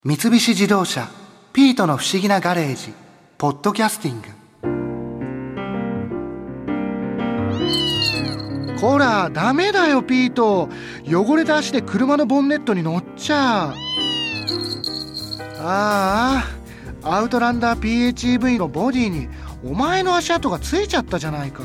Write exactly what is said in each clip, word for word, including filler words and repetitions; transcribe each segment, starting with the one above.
三菱自動車ピートの不思議なガレージポッドキャスティング。こらダメだよピート、汚れた足で車のボンネットに乗っちゃ。ああ、アウトランダー ピーエイチイーブイ のボディにお前の足跡がついちゃったじゃないか。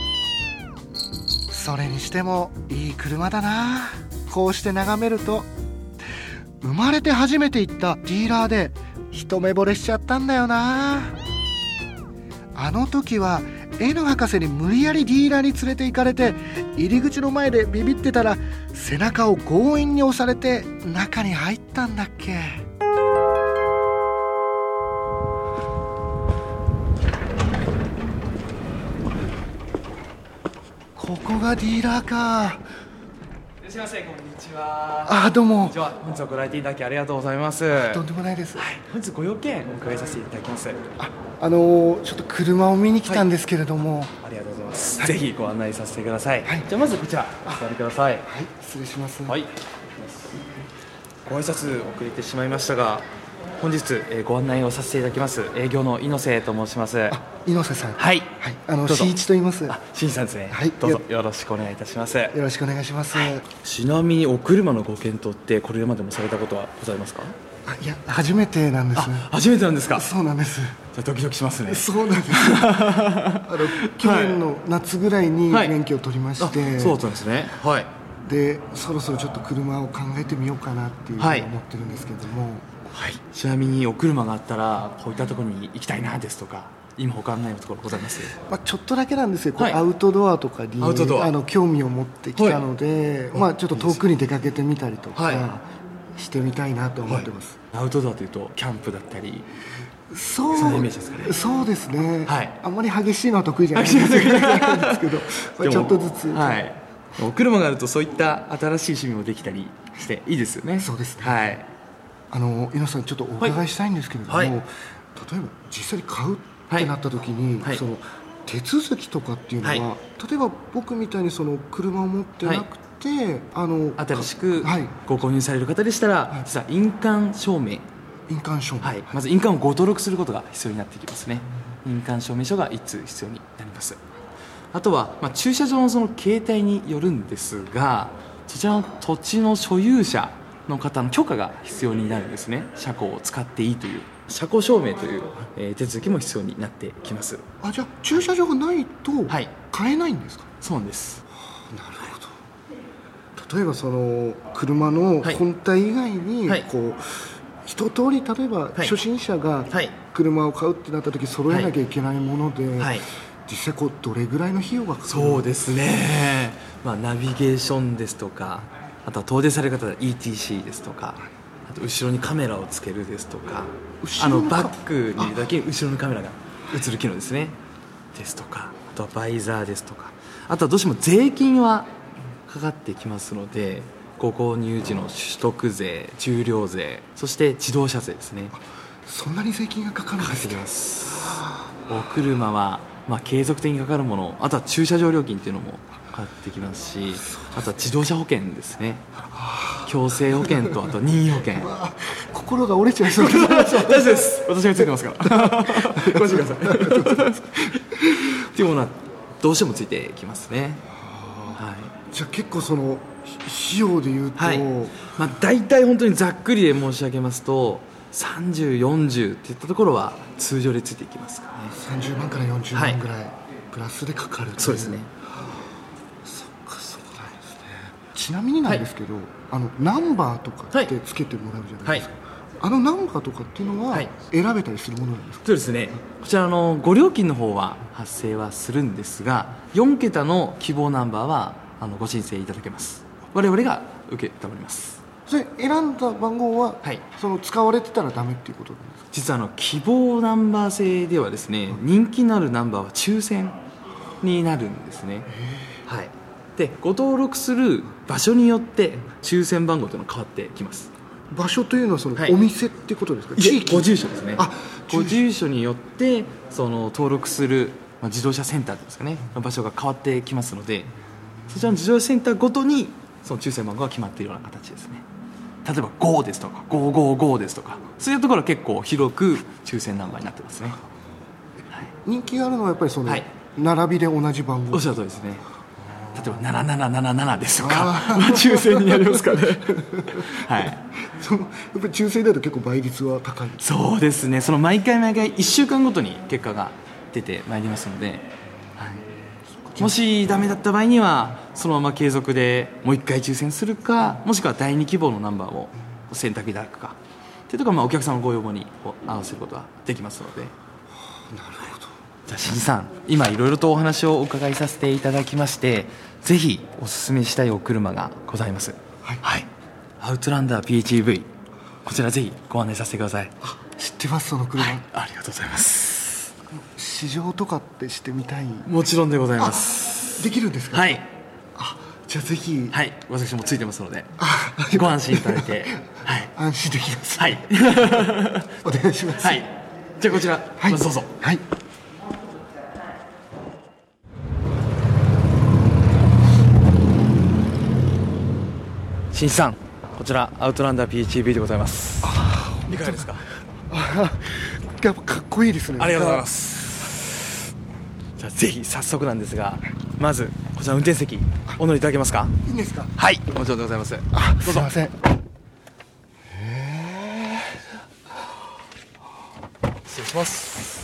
それにしてもいい車だな。こうして眺めると生まれて初めて行ったディーラーで一目惚れしちゃったんだよな。あの時は N 博士に無理やりディーラーに連れて行かれて、入り口の前でビビってたら背中を強引に押されて中に入ったんだっけ。ここがディーラーか。 すみません、こんにちは。 あ、どうも。 こんにちは。本日はご来店いただきありがとうございます。 とんでもないです。 はい、本日ご用件お伺いさせていただきます。 あ、あのー、ちょっと車を見に来たんですけれども、はい、 ありがとうございます、はい、ぜひご案内させてください、 はい、 じゃあまずこちらお座りください。 はい、失礼します。 はい、ご挨拶遅れてしまいましたが、本日、えー、ご案内をさせていただきます営業の猪瀬と申します。 あ、猪瀬さん。 はい、 はい、あの新一と言います。 あ、新一さんですね。 はい、 どうぞよろしくお願いいたします。よろしくお願いします、はい、 ちなみにお車のご検討ってこれまでもされたことはございますか？ あ、いや、初めてなんです。 あ、初めてなんですか？ そうなんです。 じゃあドキドキしますね。 そうなんですあの去年の夏ぐらいに免許を取りまして、はい、 そうだったんですね。はい。 でそろそろちょっと車を考えてみようかなっていうふうに思ってるんですけども、 はい、ちなみにお車があったらこういったところに行きたいなですとか今他のないところございます？ まあ、ちょっとだけなんですよ、 はい、 こうアウトドアとかにアウトドアあの興味を持ってきたので、はい、まあ、ちょっと遠くに出かけてみたりとか、はい、してみたいなと思ってます、 はい、アウトドアというとキャンプだったり、 そう、 そのイメージですかね。 そうですね、 はい、 あんまり激しいのは得意じゃないんですけどまあちょっとずつ、 はい、お車があるとそういった新しい趣味もできたりしていいですよね。 そうですね、 はい、 あの猪瀬さん、ちょっとお伺いしたいんですけれども、はい、例えば実際に買うってなった時に、はい、その手続きとかっていうのは、はい、例えば僕みたいにその車を持ってなくて、はい、あの新しくご購入される方でしたら、はい、実は印鑑証明、 印鑑証明、 はい、まず印鑑をご登録することが必要になってきますね。印鑑証明書がいつ必要になります。あとは、まあ、駐車場のその形態によるんですが、そちらの土地の所有者の方の許可が必要になるんですね。車庫を使っていいという車庫証明という、えー、手続きも必要になってきます。 あ、じゃあ駐車場がないと買えないんですか？ はい、そうなんです。 はあ、なるほど。例えばその車の本体以外に、はい、こう一通り例えば初心者が車を買うってなった時揃えなきゃいけないもので、はいはい、実際こうどれぐらいの費用がかかる？ そうですね、まあ、ナビゲーションですとか、あとは遠出される方は イーティーシー ですとか、あと後ろにカメラをつけるですとか、あのバックにいるだけ後ろのカメラが映る機能ですねですとか、あとはバイザーですとか、あとはどうしても税金はかかってきますので、ご購入時の取得税、重量税、そして自動車税ですね。 そんなに税金がかかるんですか？かかってきます。 お車は、まあ、継続的にかかるもの、あとは駐車場料金っていうのもかかってきますし、あとは自動車保険ですね。強制保険とあと任意保険心が折れちゃいそうです大丈夫です、私がついてますからご安心くださいっていうものはどうしてもついてきますね。 はい、じゃあ結構その費用でいうと、はい、 まあ、大体本当にざっくりで申し上げますとさんじゅう、よんじゅうっていったところは通常でついていきますかね。 さんじゅうまんからよんじゅうまんぐらい、はい、プラスでかかる。 そうですね。 そっか、そうなんですね。ちなみになんですけど、はい、あのナンバーとかってつけてもらうじゃないですか、はい、あのナンバーとかっていうのは選べたりするものなんですか？ そうですね、こちらのご料金の方は発生はするんですが、よん桁の希望ナンバーはあのご申請いただけます。我々が受けたまります。 それ選んだ番号は、はい、その使われてたらダメっていうことなんですか？ 実はあの希望ナンバー制ではですね、うん、人気のあるナンバーは抽選になるんですね。はい、でご登録する場所によって抽選番号というのは変わってきます。 場所というのはそのお店ってことですか？はい、 地域、ご住所ですね。 あ、 ご住所によってその登録する、まあ、自動車センターですかね、場所が変わってきますので、そちらの自動車センターごとにその抽選番号が決まっているような形ですね。 例えばごですとかごーごーごーですとか、そういうところは結構広く抽選ナンバーになってますね。 人気があるのはやっぱりその、 はい、 並びで同じ番号。 おっしゃる通りですね。例えばななななななななですとかは抽選になりますかねはい、 そのやっぱり抽選だと結構倍率は高い。 そうですね。その毎回毎回いっしゅうかんごとに結果が出てまいりますので、はい、もしダメだった場合にはそのまま継続でもういっかい抽選するか、もしくはだいに希望のナンバーを選択いただくかっていうところは、まあお客さんのご要望に合わせることができますので。 なるほど。 じゃあ新さん、今いろいろとお話をお伺いさせていただきまして、ぜひお勧めしたいお車がございます。 はい、 はい、アウトランダー ピーエイチイーブイ、 こちらぜひご案内させてください。 あ、知ってますその車、はい、 ありがとうございます。 試乗とかってしてみたい？ もちろんでございます。 できるんですか？ はい。 あ、じゃあぜひ。 はい、私もついてますのでご安心いただいて、はい、 安心できます。 はいお願いします。 はい、じゃあこちら、はい、まずどうぞ。 はい。 新さん、こちらアウトランダー ピーエイチイーブイ でございます。いかがですか？ あ、やっぱかっこいいですね。 ありがとうございます。じゃあぜひ早速なんですが、まずこちら運転席お乗りいただけますか？ いいんですか？ はい、もちろんでございます。 あ、 どうぞ。 すいません。 失礼します。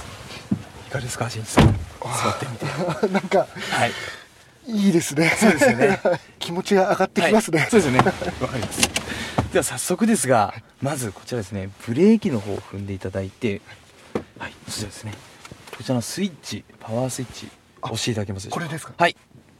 いかがですか、新さん？座ってみて。 なんか、 はい、 いいですね。 そうですよね。 気持ちが上がってきますね。 はい、そうですよね。わかります。では早速ですが、まずこちらですね、ブレーキの方を踏んでいただいて、はい、そちらですね、こちらのスイッチ、パワースイッチ押していただけますでしょうか？ これですか？ はい、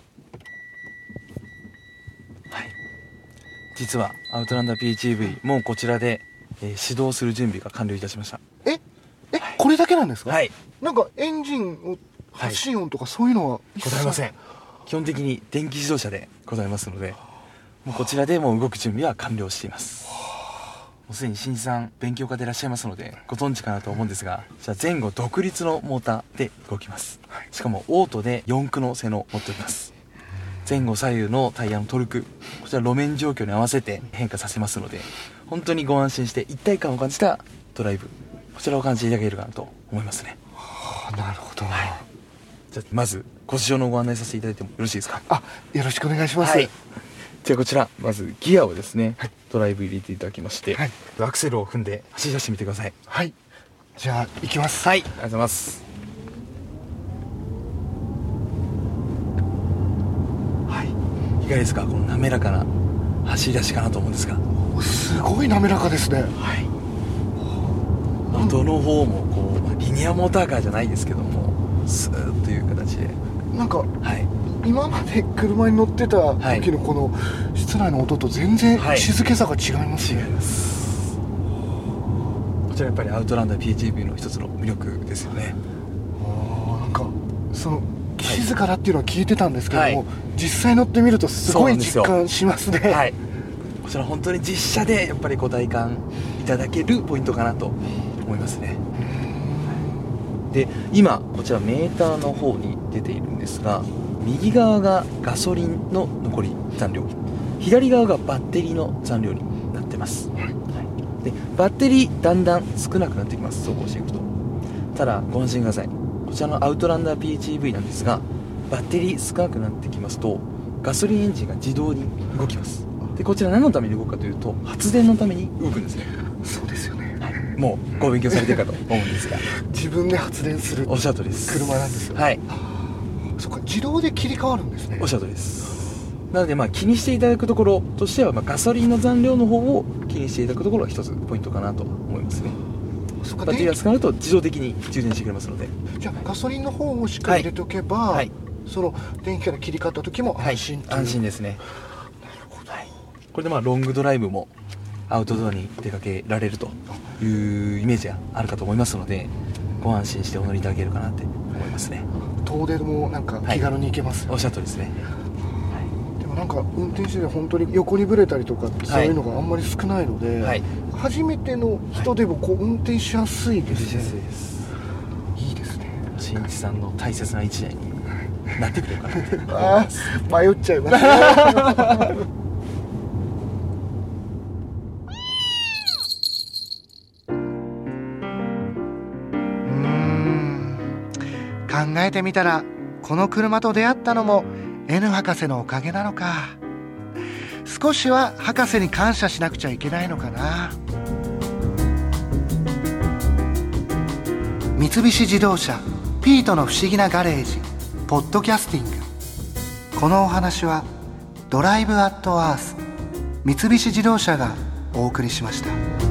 はい、実はアウトランダー ピーエイチイーブイ、もうこちらで、えー、始動する準備が完了いたしました。 ええ、はい、これだけなんですか？ はい。 なんかエンジンを発信音とかそういうのはございません。基本的に電気自動車でございますので、もうこちらでもう動く準備は完了しています。もうすでに新さん勉強家でいらっしゃいますのでご存知かなと思うんですが、じゃあ前後独立のモーターで動きます。しかもオートでよん駆の性能を持っております。前後左右のタイヤのトルク、こちら路面状況に合わせて変化させますので、本当にご安心して一体感を感じたドライブ、こちらを感じていただけるかなと思いますね。 はあ、なるほど。はい、 じゃあまずご試乗のご案内させていただいてもよろしいですか？ あ、よろしくお願いします。 はい、じゃあこちらまずギアをですね、はい、ドライブ入れていただきまして、はい、アクセルを踏んで走り出してみてください。 はい、じゃあ行きます。 はい、ありがとうございます。はい、いかがですか？この滑らかな走り出しかなと思うんですが、 すごい滑らかですね。はい、 どの方もこうリニアモーターカーじゃないですけども、スーッという形で、 なんか、 はい、 今まで車に乗ってた時のこの室内の音と全然静けさが違いますね。 はい、違います。こちらやっぱりアウトランダー ピーエイチイーブイ の一つの魅力ですよね。 ああ、なんかその静かだっていうのは聞いてたんですけども、はい、実際乗ってみるとすごい実感しますね。 はい、こちら本当に実車でやっぱりご体感いただけるポイントかなと思いますね。で、今こちらメーターの方に出ているんですが、右側がガソリンの残り残量、左側がバッテリーの残量になってます。はい、でバッテリーだんだん少なくなってきます、走行していくと。ただご安心ください。こちらのアウトランダー ピーエイチイーブイ なんですが、バッテリー少なくなってきますとガソリンエンジンが自動に動きます。でこちら何のために動くかというと、発電のために動くんですね。 そうですよね。 はい、もうご勉強されてるかと思うんですが自分で発電するおっしゃるとりです車なんですよ。 はい、 そっか、自動で切り替わるんですね。 おっしゃるとりです。なのでまあ気にしていただくところとしては、まあガソリンの残量の方を気にしていただくところが一つポイントかなと思いますね。そっか、バッテリーが使うと自動的に充電してくれますので。 じゃあガソリンの方をしっかり入れておけば、はいはい、その電気から切り替わった時も安心という、 はい、安心ですね。なるほど。はい、これでまあロングドライブもアウトドアに出かけられるというイメージがあるかと思いますので、ご安心してお乗りいただけるかなって思いますね。 遠出もなんか気軽に行けます、 はい、おっしゃるとりですね。 でもなんか運転してて本当に横にぶれたりとかそういうのがあんまり少ないので、はい、初めての人でもこう運転しやすいですね。 しやすいです。 いいですね。 新一さんの大切な一台になってくれるかなって思います。 あ、迷っちゃいますね考えてみたらこの車と出会ったのも N 博士のおかげなのか。少しは博士に感謝しなくちゃいけないのかな。三菱自動車ピートの不思議なガレージポッドキャスティング。このお話はドライブアットアース三菱自動車がお送りしました。